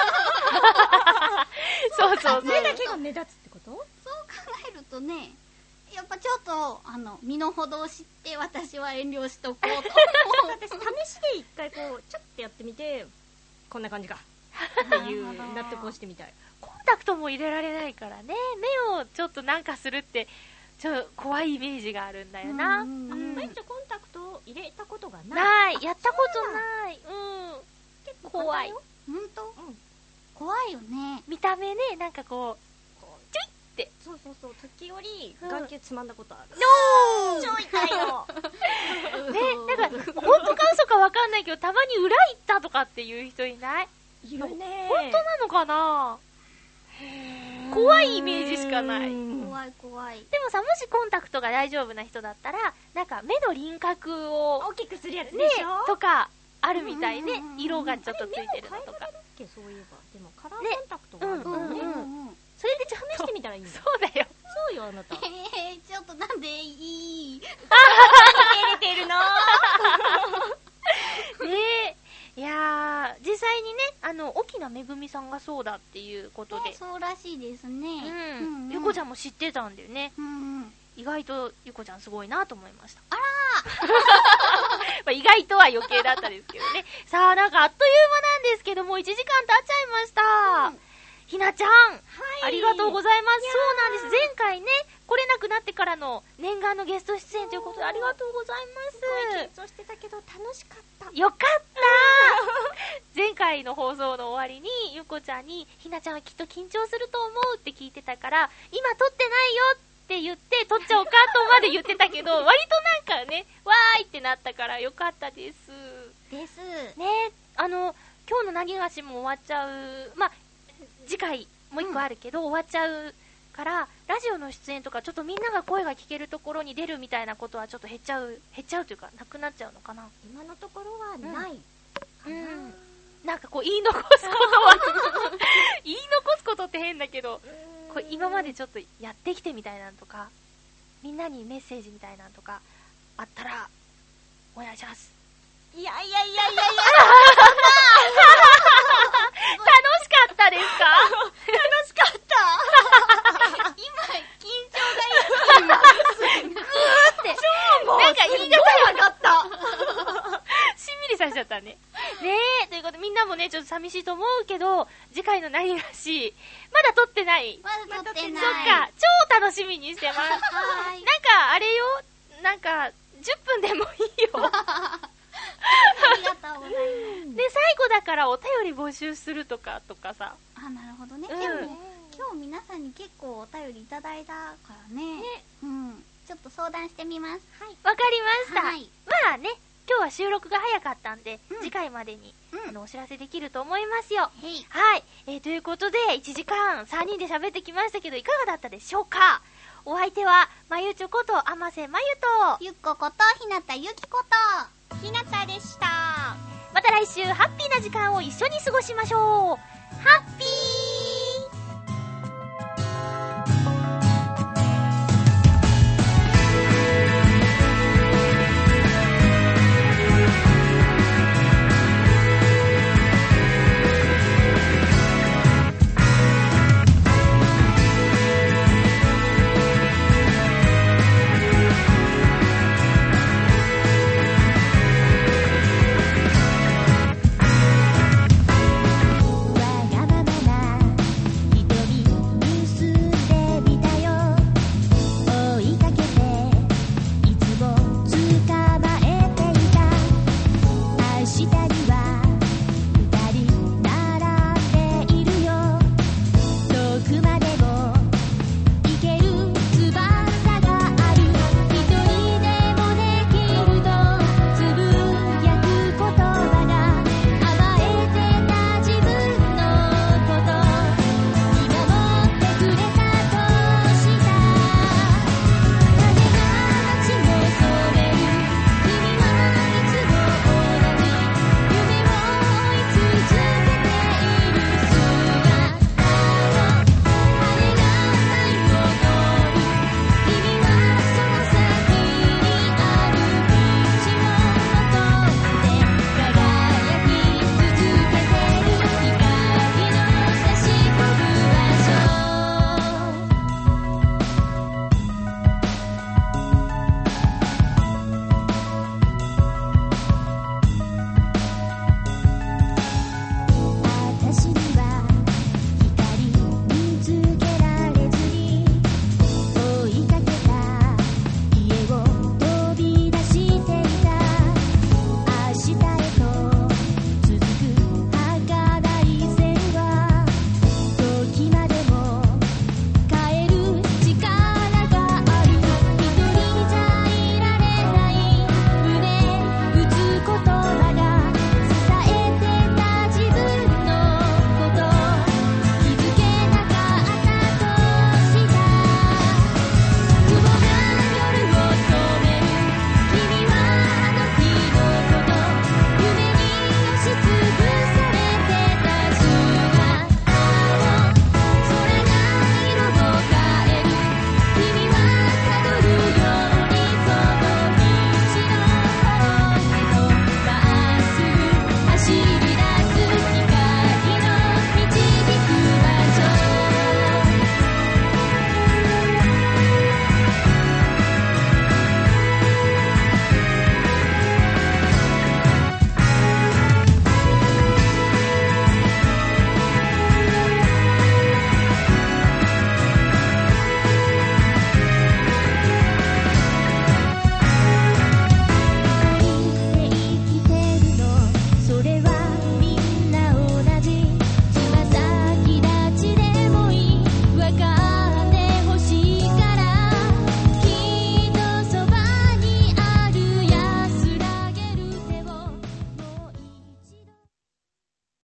そう目だけが目立つってこと？ そう考えるとね、やっぱちょっと身の程を知って私は遠慮しとこうと思う。 私試しで一回こうちょっとやってみて、こんな感じかっていう納得をしてみたい。 コンタクトも入れられないからね、目をちょっとなんかするって怖いイメージがあるんだよな。 毎日コンタクトを入れたことがない。 やったことない。結構怖い。 ほんと？怖いよね。 見た目ね、なんかこうチュイって。 そう時折眼球つまんだことある。 超痛いの。ね、なんか本当か嘘かわかんないけど、たまに裏行ったとかっていう人いない？ いるね。 本当なのかな？怖いイメージしかない。 怖い。 でもさ、もしコンタクトが大丈夫な人だったら、なんか目の輪郭を大きくするやつでしょ？ とかあるみたいね。色がちょっとついてるのとか。 そういえば、でもカラーコンタクトがあるからね。 それで試してみたらいいんだ。 そうだよ。 そうよ、あなた。 ちょっとなんでいい？ 照れてるの。 ねえ、いやー、実際にね、沖縄めぐみさんがそうだっていうことで。 そうらしいですね。 ゆこちゃんも知ってたんだよね。 意外とゆこちゃんすごいなと思いました。 あらまあ意外とは余計だったですけどね。さあ、なんかあっという間なんですけども、1時間経っちゃいました。ひなちゃん、ありがとうございます。そうなんです。前回ね、来れなくなってからの念願のゲスト出演ということでありがとうございます。 すごい緊張してたけど楽しかった。 よかった前回の放送の終わりにゆこちゃんにひなちゃんはきっと緊張すると思うって聞いてたから、今撮ってないよって言って撮っちゃおうかとまで言ってたけど割となんかね、わーいってなったからよかったですね。今日のなぎがしも終わっちゃう。まあ次回もう一個あるけど、終わっちゃうからラジオの出演とかちょっとみんなが声が聞けるところに出るみたいなことはちょっと減っちゃうというかなくなっちゃうのかな。 今のところはないかな、 なんかこう言い残すことは言い残すことって変だけど、こう今までちょっとやってきてみたいなんとか、みんなにメッセージみたいなんとかあったらお願いします。 いや楽しかったですか？ 楽しかった今緊張がグーってなんか言い方がしんみりさせちゃったね。ねえ、ということでみんなもねちょっと寂しいと思うけど、次回の何がしまだ撮ってない。 まだ撮ってない。 そっか、超楽しみにしてます。なんかあれよ、なんか10分でもいいよありがとうございます。 で、最後だからお便り募集するとかさ。 あ、なるほどね。でも今日皆さんに結構お便りいただいたからね。ちょっと相談してみます。 はい。わかりました。 はい。 まあね、今日は収録が早かったんで、次回までに、お知らせできると思いますよ。はい。ということで、1時間3人で喋ってきましたけど、いかがだったでしょうか？お相手は、まゆちょこと、あませまゆと、 ゆっここと、ひなたゆきこと、 ひなたでした。 また来週、ハッピーな時間を一緒に過ごしましょう。ハッピー